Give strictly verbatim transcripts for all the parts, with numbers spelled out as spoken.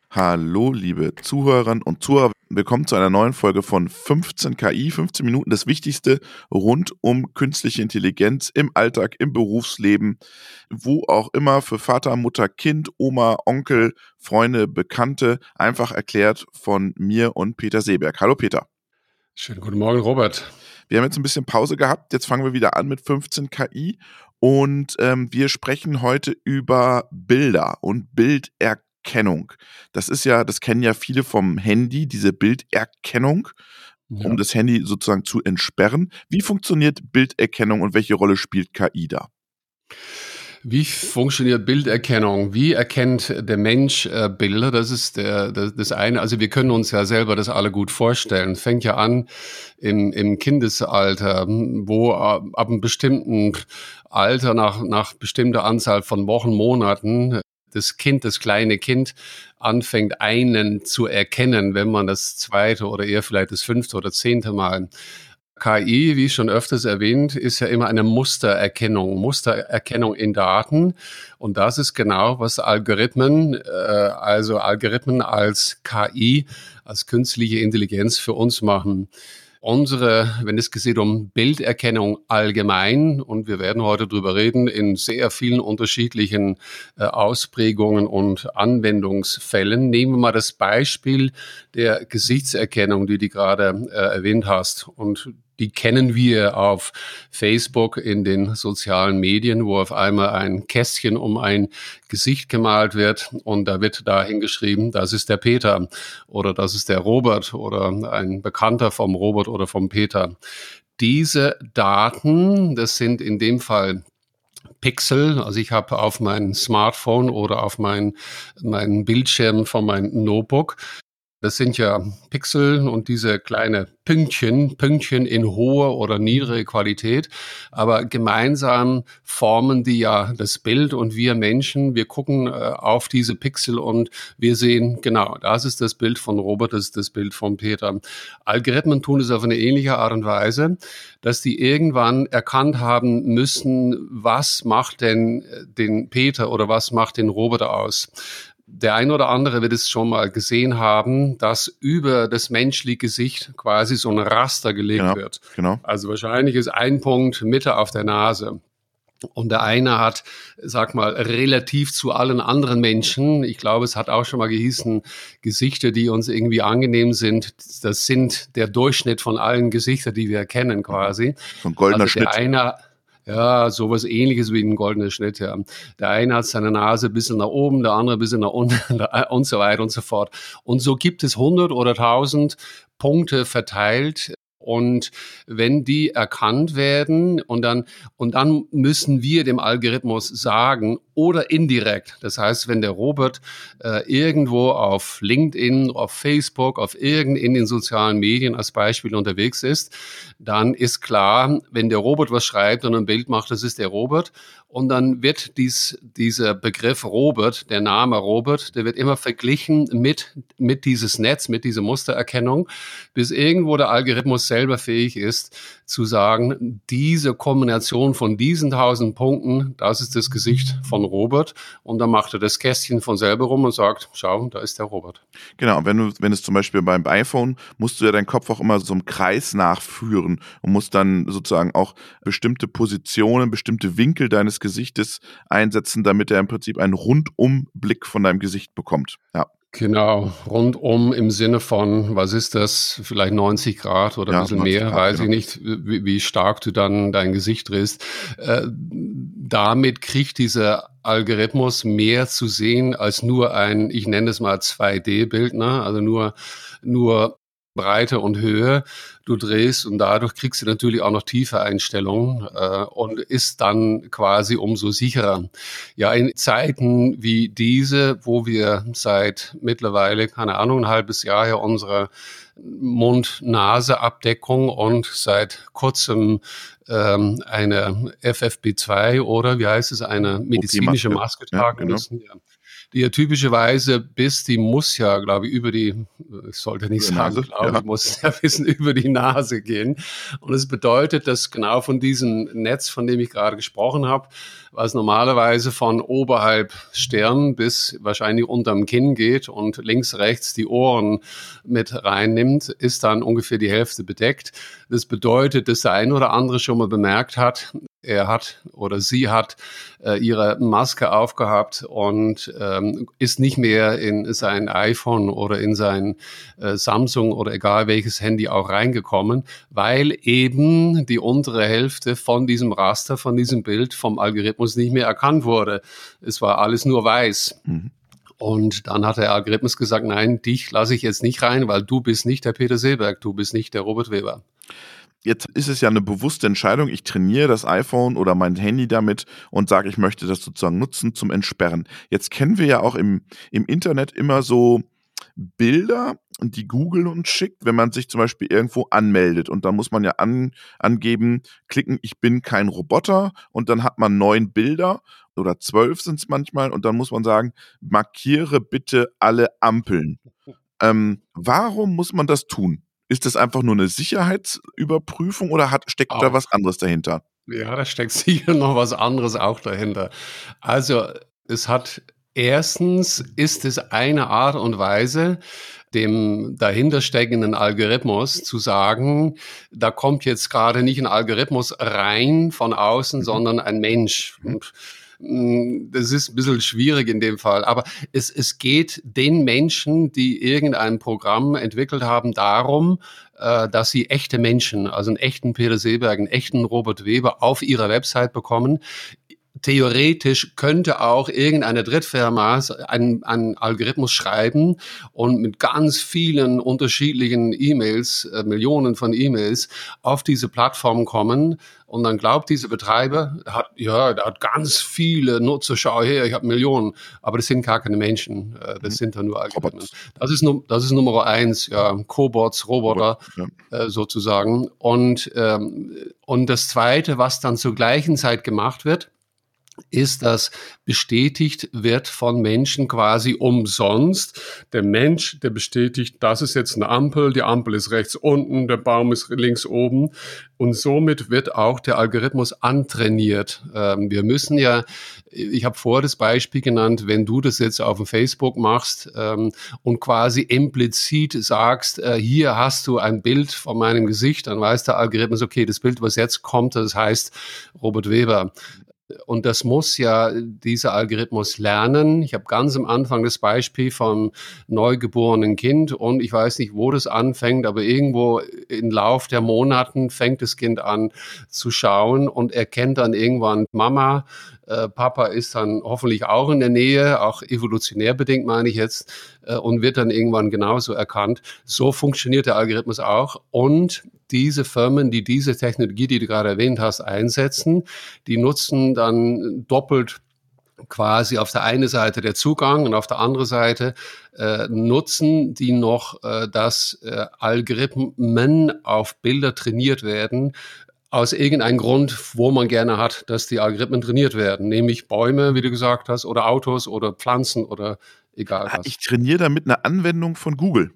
Hallo, liebe Zuhörerinnen und Zuhörer. Willkommen zu einer neuen Folge von fünfzehn K I, fünfzehn Minuten, das Wichtigste rund um künstliche Intelligenz im Alltag, im Berufsleben, wo auch immer, für Vater, Mutter, Kind, Oma, Onkel, Freunde, Bekannte, einfach erklärt von mir und Peter Seeberg. Hallo Peter. Schönen guten Morgen, Robert. Wir haben jetzt ein bisschen Pause gehabt, jetzt fangen wir wieder an mit fünfzehn K I und ähm, wir sprechen heute über Bilder und Bilderkennung. Das ist ja, das kennen ja viele vom Handy, diese Bilderkennung, Ja. um das Handy sozusagen zu entsperren. Wie funktioniert Bilderkennung und welche Rolle spielt K I da? Wie funktioniert Bilderkennung? Wie erkennt der Mensch äh, Bilder? Das ist der, das, das eine. Also wir können uns ja selber das alle gut vorstellen. Fängt ja an im, im Kindesalter, wo ab, ab einem bestimmten Alter, nach, nach bestimmter Anzahl von Wochen, Monaten, das Kind, das kleine Kind anfängt, einen zu erkennen, wenn man das zweite oder eher vielleicht das fünfte oder zehnte Mal. K I, wie schon öfters erwähnt, ist ja immer eine Mustererkennung, Mustererkennung in Daten. Und das ist genau, was Algorithmen, äh, also Algorithmen als K I, als künstliche Intelligenz für uns machen. Unsere, wenn es geht um Bilderkennung allgemein, und wir werden heute drüber reden, in sehr vielen unterschiedlichen äh, Ausprägungen und Anwendungsfällen. Nehmen wir mal das Beispiel der Gesichtserkennung, die du gerade äh, erwähnt hast. Und die kennen wir auf Facebook in den sozialen Medien, wo auf einmal ein Kästchen um ein Gesicht gemalt wird und da wird dahin geschrieben, das ist der Peter oder das ist der Robert oder ein Bekannter vom Robert oder vom Peter. Diese Daten, das sind in dem Fall Pixel, also ich habe auf meinem Smartphone oder auf meinen mein Bildschirm von meinem Notebook, das sind ja Pixel und diese kleine Pünktchen, Pünktchen in hoher oder niedriger Qualität. Aber gemeinsam formen die ja das Bild und wir Menschen, wir gucken äh, auf diese Pixel und wir sehen, genau, das ist das Bild von Robert, das ist das Bild von Peter. Algorithmen tun es auf eine ähnliche Art und Weise, dass die irgendwann erkannt haben müssen, was macht denn den Peter oder was macht den Robert aus. Der ein oder andere wird es schon mal gesehen haben, dass über das menschliche Gesicht quasi so ein Raster gelegt Genau, wird. genau. Also wahrscheinlich ist ein Punkt Mitte auf der Nase. Und der eine hat, sag mal, relativ zu allen anderen Menschen, ich glaube, es hat auch schon mal gehießen, Gesichter, die uns irgendwie angenehm sind, das sind der Durchschnitt von allen Gesichtern, die wir kennen quasi. So ein goldener Also der Schnitt. eine, ja, sowas Ähnliches wie ein goldener Schnitt, ja. Der eine hat seine Nase ein bisschen nach oben, der andere ein bisschen nach unten und so weiter und so fort. Und so gibt es hundert oder tausend Punkte verteilt. Und wenn die erkannt werden und dann, und dann müssen wir dem Algorithmus sagen oder indirekt, das heißt, wenn der Robert äh, irgendwo auf LinkedIn, auf Facebook, auf irgend in den sozialen Medien als Beispiel unterwegs ist, dann ist klar, wenn der Robert was schreibt und ein Bild macht, das ist der Robert. Und dann wird dies, dieser Begriff Robert, der Name Robert, der wird immer verglichen mit, mit dieses Netz, mit dieser Mustererkennung, bis irgendwo der Algorithmus selber fähig ist, zu sagen, diese Kombination von diesen tausend Punkten, das ist das Gesicht von Robert. Und dann macht er das Kästchen von selber rum und sagt, schau, da ist der Robert. Genau, und wenn du, wenn es zum Beispiel beim iPhone, musst du ja deinen Kopf auch immer so im Kreis nachführen und musst dann sozusagen auch bestimmte Positionen, bestimmte Winkel deines Gesichtes einsetzen, damit er im Prinzip einen Rundumblick von deinem Gesicht bekommt. Ja. Genau, rundum im Sinne von, was ist das, vielleicht neunzig Grad oder Ja, ein bisschen neunzig mehr, Grad, weiß genau. ich nicht, wie, wie stark du dann dein Gesicht drehst. Äh, damit kriegt dieser Algorithmus mehr zu sehen als nur ein, ich nenne es mal zwei D-Bild, ne? Also nur, nur Breite und Höhe. Du drehst und dadurch kriegst du natürlich auch noch tiefe Einstellungen äh, und ist dann quasi umso sicherer. Ja, in Zeiten wie diese, wo wir seit mittlerweile, keine Ahnung, ein halbes Jahr ja unsere Mund-Nase-Abdeckung und seit kurzem ähm, eine F F P zwei oder wie heißt es, eine medizinische Maske Ja, tragen genau. müssen. Ja. Die ja typischerweise bis, die muss ja, glaube ich, über die, ich sollte nicht Über sagen, Nase, glaube ja. ich, muss ja wissen, über die Nase gehen. Und es bedeutet, dass genau von diesem Netz, von dem ich gerade gesprochen habe, was normalerweise von oberhalb Stirn bis wahrscheinlich unterm Kinn geht und links, rechts die Ohren mit reinnimmt, ist dann ungefähr die Hälfte bedeckt. Das bedeutet, dass der ein oder andere schon mal bemerkt hat, er hat oder sie hat äh, ihre Maske aufgehabt und ähm, ist nicht mehr in sein iPhone oder in sein äh, Samsung oder egal welches Handy auch reingekommen, weil eben die untere Hälfte von diesem Raster, von diesem Bild vom Algorithmus nicht mehr erkannt wurde. Es war alles nur weiß. Mhm. Und dann hat der Algorithmus gesagt, nein, dich lasse ich jetzt nicht rein, weil du bist nicht der Peter Seeberg, du bist nicht der Robert Weber. Jetzt ist es ja eine bewusste Entscheidung, ich trainiere das iPhone oder mein Handy damit und sage, ich möchte das sozusagen nutzen zum Entsperren. Jetzt kennen wir ja auch im, im Internet immer so Bilder, die Google uns schickt, wenn man sich zum Beispiel irgendwo anmeldet. Und da muss man ja an, angeben, klicken, ich bin kein Roboter. Und dann hat man neun Bilder oder zwölf sind es manchmal. Und dann muss man sagen, markiere bitte alle Ampeln. Ähm, warum muss man das tun? Ist das einfach nur eine Sicherheitsüberprüfung oder hat, steckt auch da was anderes dahinter? Ja, da steckt sicher noch was anderes auch dahinter. Also es hat erstens ist es eine Art und Weise, dem dahinter steckenden Algorithmus zu sagen, da kommt jetzt gerade nicht ein Algorithmus rein von außen, mhm. sondern ein Mensch. Und das ist ein bisschen schwierig in dem Fall, aber es, es geht den Menschen, die irgendein Programm entwickelt haben, darum, äh, dass sie echte Menschen, also einen echten Peter Seeberg, einen echten Robert Weber auf ihrer Website bekommen. Theoretisch könnte auch irgendeine Drittfirma einen, einen Algorithmus schreiben und mit ganz vielen unterschiedlichen E-Mails, äh, Millionen von E-Mails auf diese Plattform kommen. Und dann glaubt dieser Betreiber, hat, ja, der hat ganz viele Nutzer, schau her, ich habe Millionen. Aber das sind gar keine Menschen, äh, das sind ja nur Algorithmen. Das ist, das ist Nummer eins, ja, Cobots, Roboter, ja. äh, sozusagen. Und, ähm, und das Zweite, was dann zur gleichen Zeit gemacht wird, ist, dass bestätigt wird von Menschen quasi umsonst. Der Mensch, der bestätigt, das ist jetzt eine Ampel, die Ampel ist rechts unten, der Baum ist links oben. Und somit wird auch der Algorithmus antrainiert. Ähm, wir müssen ja, ich habe vorher das Beispiel genannt, wenn du das jetzt auf dem Facebook machst ähm, und quasi implizit sagst, äh, hier hast du ein Bild von meinem Gesicht, dann weiß der Algorithmus, okay, das Bild, was jetzt kommt, das heißt Robert Weber. Und das muss ja dieser Algorithmus lernen. Ich habe ganz am Anfang das Beispiel vom neugeborenen Kind und ich weiß nicht, wo das anfängt, aber irgendwo im Lauf der Monaten fängt das Kind an zu schauen und erkennt dann irgendwann Mama, äh, Papa ist dann hoffentlich auch in der Nähe, auch evolutionär bedingt meine ich jetzt, äh, und wird dann irgendwann genauso erkannt. So funktioniert der Algorithmus auch und diese Firmen, die diese Technologie, die du gerade erwähnt hast, einsetzen, die nutzen dann doppelt quasi auf der einen Seite der Zugang und auf der anderen Seite äh, nutzen die noch, äh, dass äh, Algorithmen auf Bilder trainiert werden, aus irgendeinem Grund, wo man gerne hat, dass die Algorithmen trainiert werden, nämlich Bäume, wie du gesagt hast, oder Autos oder Pflanzen oder egal was. Ich trainiere damit eine Anwendung von Google.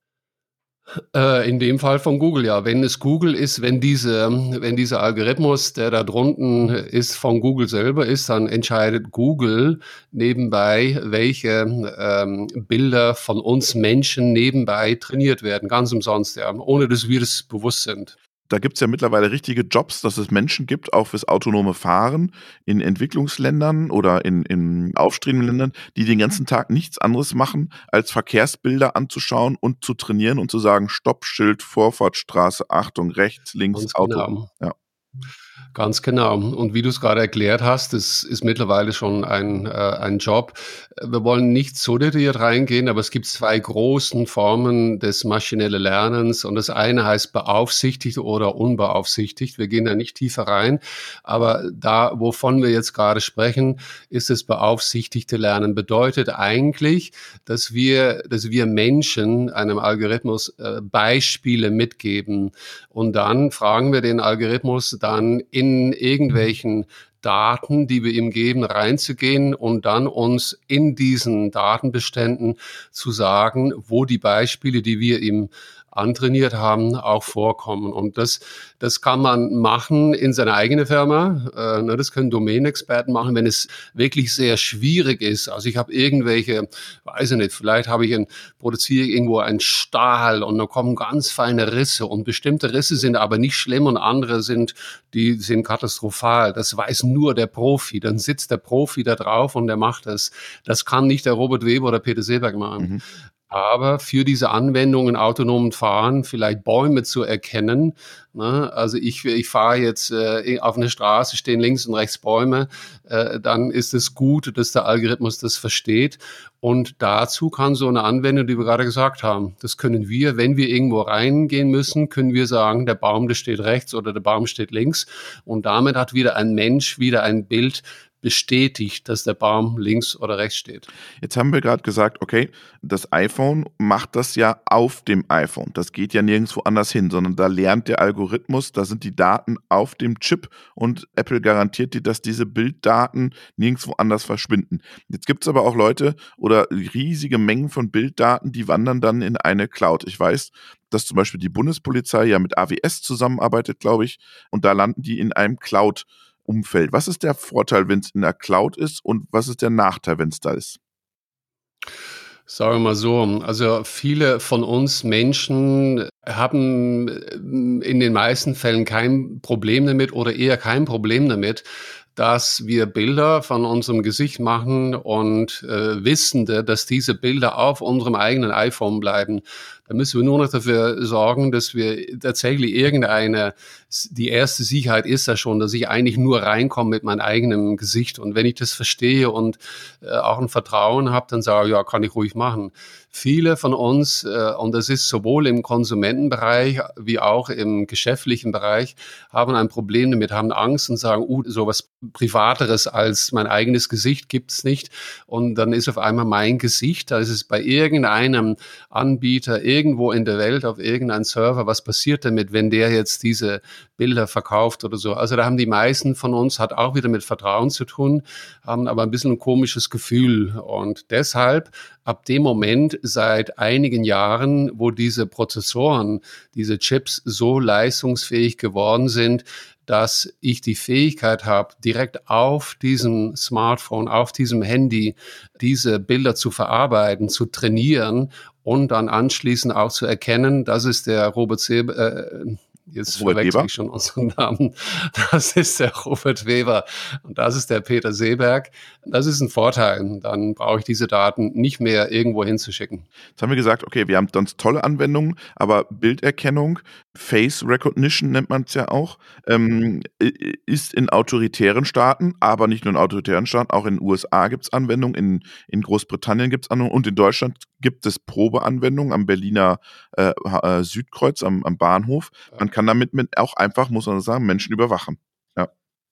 Äh, in dem Fall von Google, ja. Wenn es Google ist, wenn diese, wenn dieser Algorithmus, der da drunten ist, von Google selber ist, dann entscheidet Google nebenbei, welche ähm, Bilder von uns Menschen nebenbei trainiert werden, ganz umsonst, ja, ohne dass wir das bewusst sind. Da gibt es ja mittlerweile richtige Jobs, dass es Menschen gibt, auch fürs autonome Fahren in Entwicklungsländern oder in, in aufstrebenden Ländern, die den ganzen Tag nichts anderes machen, als Verkehrsbilder anzuschauen und zu trainieren und zu sagen, Stoppschild, Vorfahrtsstraße, Achtung, rechts, links, Ganz Auto. Genau. Ja. Ganz genau. Und wie du es gerade erklärt hast, das ist mittlerweile schon ein, äh, ein Job. Wir wollen nicht so detailliert reingehen, aber es gibt zwei großen Formen des maschinellen Lernens und das eine heißt beaufsichtigt oder unbeaufsichtigt. Wir gehen da nicht tiefer rein, aber da, wovon wir jetzt gerade sprechen, ist das beaufsichtigte Lernen. Bedeutet eigentlich, dass wir, dass wir Menschen einem Algorithmus äh, Beispiele mitgeben und dann fragen wir den Algorithmus dann in in irgendwelchen Daten, die wir ihm geben, reinzugehen und dann uns in diesen Datenbeständen zu sagen, wo die Beispiele, die wir ihm antrainiert haben, auch vorkommen. Und das, das kann man machen in seiner eigenen Firma. Äh, ne, das können Domänenexperten machen, wenn es wirklich sehr schwierig ist. Also ich habe irgendwelche, weiß ich nicht, vielleicht habe ich ein, produziere irgendwo einen Stahl und da kommen ganz feine Risse und bestimmte Risse sind aber nicht schlimm und andere sind, die sind katastrophal. Das weiß nur der Profi. Dann sitzt der Profi da drauf und der macht das. Das kann nicht der Robert Weber oder Peter Seeberg machen. Mhm. Aber für diese Anwendung in autonomen Fahren vielleicht Bäume zu erkennen, ne? Also ich, ich fahre jetzt äh, auf einer Straße, stehen links und rechts Bäume, äh, dann ist es gut, dass der Algorithmus das versteht. Und dazu kann so eine Anwendung, die wir gerade gesagt haben, das können wir, wenn wir irgendwo reingehen müssen, können wir sagen, der Baum, der steht rechts oder der Baum steht links. Und damit hat wieder ein Mensch wieder ein Bild bestätigt, dass der Baum links oder rechts steht. Jetzt haben wir gerade gesagt, okay, das iPhone macht das ja auf dem iPhone. Das geht ja nirgendwo anders hin, sondern da lernt der Algorithmus, da sind die Daten auf dem Chip und Apple garantiert dir, dass diese Bilddaten nirgendwo anders verschwinden. Jetzt gibt es aber auch Leute oder riesige Mengen von Bilddaten, die wandern dann in eine Cloud. Ich weiß, dass zum Beispiel die Bundespolizei ja mit A W S zusammenarbeitet, glaube ich, und da landen die in einem Cloud Umfeld. Was ist der Vorteil, wenn es in der Cloud ist und was ist der Nachteil, wenn es da ist? Sagen wir mal so, also viele von uns Menschen haben in den meisten Fällen kein Problem damit oder eher kein Problem damit, dass wir Bilder von unserem Gesicht machen und äh, wissende, dass diese Bilder auf unserem eigenen iPhone bleiben. Da müssen wir nur noch dafür sorgen, dass wir tatsächlich irgendeine, die erste Sicherheit ist ja schon, dass ich eigentlich nur reinkomme mit meinem eigenen Gesicht. Und wenn ich das verstehe und äh, auch ein Vertrauen habe, dann sage ich, ja, kann ich ruhig machen. Viele von uns, äh, und das ist sowohl im Konsumentenbereich wie auch im geschäftlichen Bereich, haben ein Problem damit, haben Angst und sagen, uh, sowas Privateres als mein eigenes Gesicht gibt's nicht. Und dann ist auf einmal mein Gesicht, da ist es bei irgendeinem Anbieter irgendwo in der Welt auf irgendeinem Server, was passiert damit, wenn der jetzt diese Bilder verkauft oder so. Also da haben die meisten von uns, hat auch wieder mit Vertrauen zu tun, haben aber ein bisschen ein komisches Gefühl. Und deshalb ab dem Moment seit einigen Jahren, wo diese Prozessoren, diese Chips so leistungsfähig geworden sind, dass ich die Fähigkeit habe, direkt auf diesem Smartphone, auf diesem Handy diese Bilder zu verarbeiten, zu trainieren und dann anschließend auch zu erkennen, das ist der Robert Seeberg, äh, jetzt Robert verwechsel Weber? ich schon unseren Namen, das ist der Robert Weber und das ist der Peter Seeberg. Das ist ein Vorteil. Dann brauche ich diese Daten nicht mehr irgendwo hinzuschicken. Jetzt haben wir gesagt, okay, wir haben ganz tolle Anwendungen, aber Bilderkennung, Face Recognition nennt man es ja auch, ähm, ist in autoritären Staaten, aber nicht nur in autoritären Staaten, auch in den U S A gibt es Anwendungen, in, in Großbritannien gibt es Anwendungen und in Deutschland gibt es Probeanwendungen am Berliner äh, äh, Südkreuz, am, am Bahnhof. Man kann damit mit auch einfach, muss man sagen, Menschen überwachen. Ja.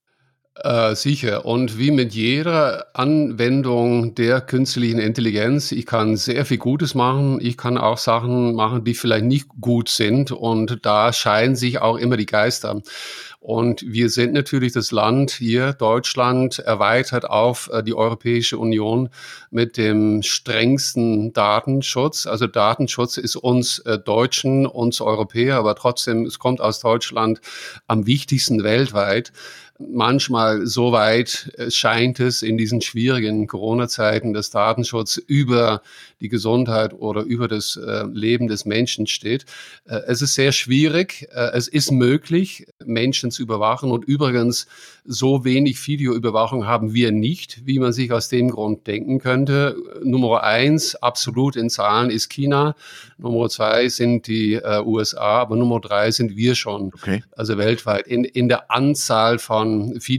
Äh, sicher. Und wie mit jeder Anwendung der künstlichen Intelligenz, ich kann sehr viel Gutes machen. Ich kann auch Sachen machen, die vielleicht nicht gut sind. Und da scheiden sich auch immer die Geister. Und wir sind natürlich das Land hier, Deutschland, erweitert auf äh, die Europäische Union mit dem strengsten Datenschutz. Also Datenschutz ist uns äh, Deutschen, uns Europäer, aber trotzdem, es kommt aus Deutschland am wichtigsten weltweit. Manchmal so weit scheint es in diesen schwierigen Corona-Zeiten, dass Datenschutz über die Gesundheit oder über das äh, Leben des Menschen steht. Äh, es ist sehr schwierig. Äh, es ist möglich, Menschen zu überwachen. Und übrigens, so wenig Videoüberwachung haben wir nicht, wie man sich aus dem Grund denken könnte. Nummer eins, absolut in Zahlen, ist China. Nummer zwei sind die äh, U S A. Aber Nummer drei sind wir schon. Okay. Also weltweit in, in der Anzahl von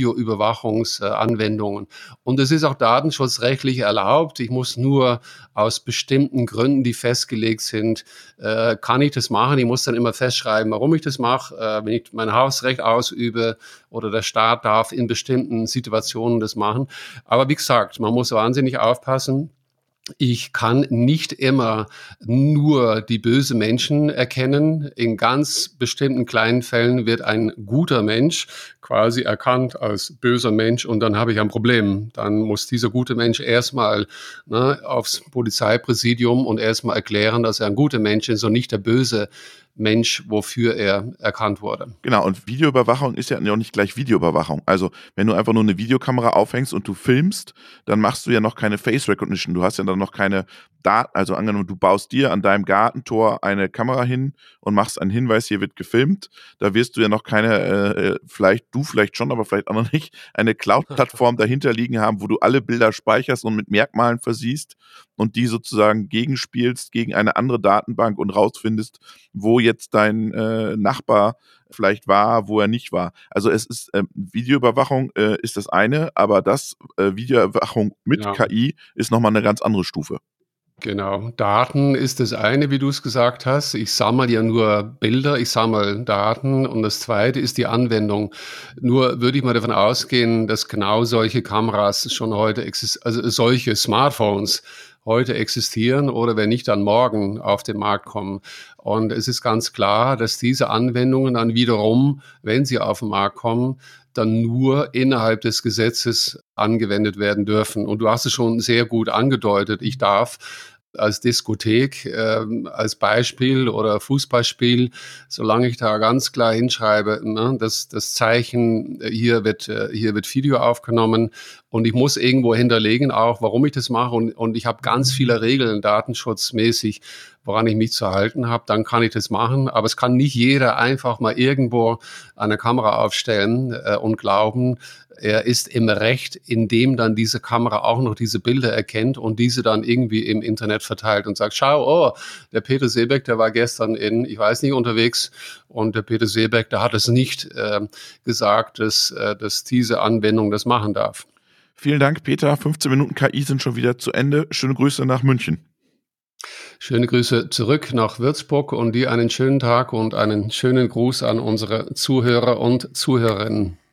Videoüberwachungsanwendungen. Und es ist auch datenschutzrechtlich erlaubt. Ich muss nur aus bestimmten Gründen, die festgelegt sind, äh, kann ich das machen. Ich muss dann immer festschreiben, warum ich das mache. Äh, wenn ich mein Hausrecht ausübe oder der Staat darf in bestimmten Situationen das machen. Aber wie gesagt, man muss wahnsinnig aufpassen. Ich kann nicht immer nur die bösen Menschen erkennen. In ganz bestimmten kleinen Fällen wird ein guter Mensch quasi erkannt als böser Mensch und dann habe ich ein Problem. Dann muss dieser gute Mensch erstmal ne, aufs Polizeipräsidium und erstmal erklären, dass er ein guter Mensch ist und nicht der böse Mensch, wofür er erkannt wurde. Genau, und Videoüberwachung ist ja auch nicht gleich Videoüberwachung. Also, wenn du einfach nur eine Videokamera aufhängst und du filmst, dann machst du ja noch keine Face Recognition. Du hast ja dann noch keine Daten. Also, angenommen, du baust dir an deinem Gartentor eine Kamera hin und machst einen Hinweis, hier wird gefilmt. Da wirst du ja noch keine, äh, vielleicht du vielleicht schon, aber vielleicht auch noch nicht, eine Cloud-Plattform dahinter liegen haben, wo du alle Bilder speicherst und mit Merkmalen versiehst und die sozusagen gegenspielst gegen eine andere Datenbank und rausfindest, wo jetzt dein äh, Nachbar vielleicht war, wo er nicht war. Also es ist ähm, Videoüberwachung äh, ist das eine, aber das äh, Videoüberwachung mit Ja. K I ist nochmal eine ganz andere Stufe. Genau. Daten ist das eine, wie du es gesagt hast. Ich sammle ja nur Bilder, ich sammle Daten und das zweite ist die Anwendung. Nur würde ich mal davon ausgehen, dass genau solche Kameras schon heute existieren, also solche Smartphones heute existieren oder wenn nicht, dann morgen auf den Markt kommen. Und es ist ganz klar, dass diese Anwendungen dann wiederum, wenn sie auf den Markt kommen, dann nur innerhalb des Gesetzes angewendet werden dürfen. Und du hast es schon sehr gut angedeutet. Ich darf als Diskothek, äh, als Beispiel oder Fußballspiel, solange ich da ganz klar hinschreibe, ne, das, das Zeichen, hier wird, äh, hier wird Video aufgenommen und ich muss irgendwo hinterlegen auch, warum ich das mache und, und ich habe ganz viele Regeln datenschutzmäßig, woran ich mich zu halten habe, dann kann ich das machen. Aber es kann nicht jeder einfach mal irgendwo eine Kamera aufstellen äh, und glauben, er ist im Recht, indem dann diese Kamera auch noch diese Bilder erkennt und diese dann irgendwie im Internet verteilt und sagt, schau, oh, der Peter Seebeck, der war gestern in, ich weiß nicht, unterwegs und der Peter Seebeck, der hat es nicht äh, gesagt, dass, äh, dass diese Anwendung das machen darf. Vielen Dank, Peter. fünfzehn Minuten K I sind schon wieder zu Ende. Schöne Grüße nach München. Schöne Grüße zurück nach Würzburg und dir einen schönen Tag und einen schönen Gruß an unsere Zuhörer und Zuhörerinnen.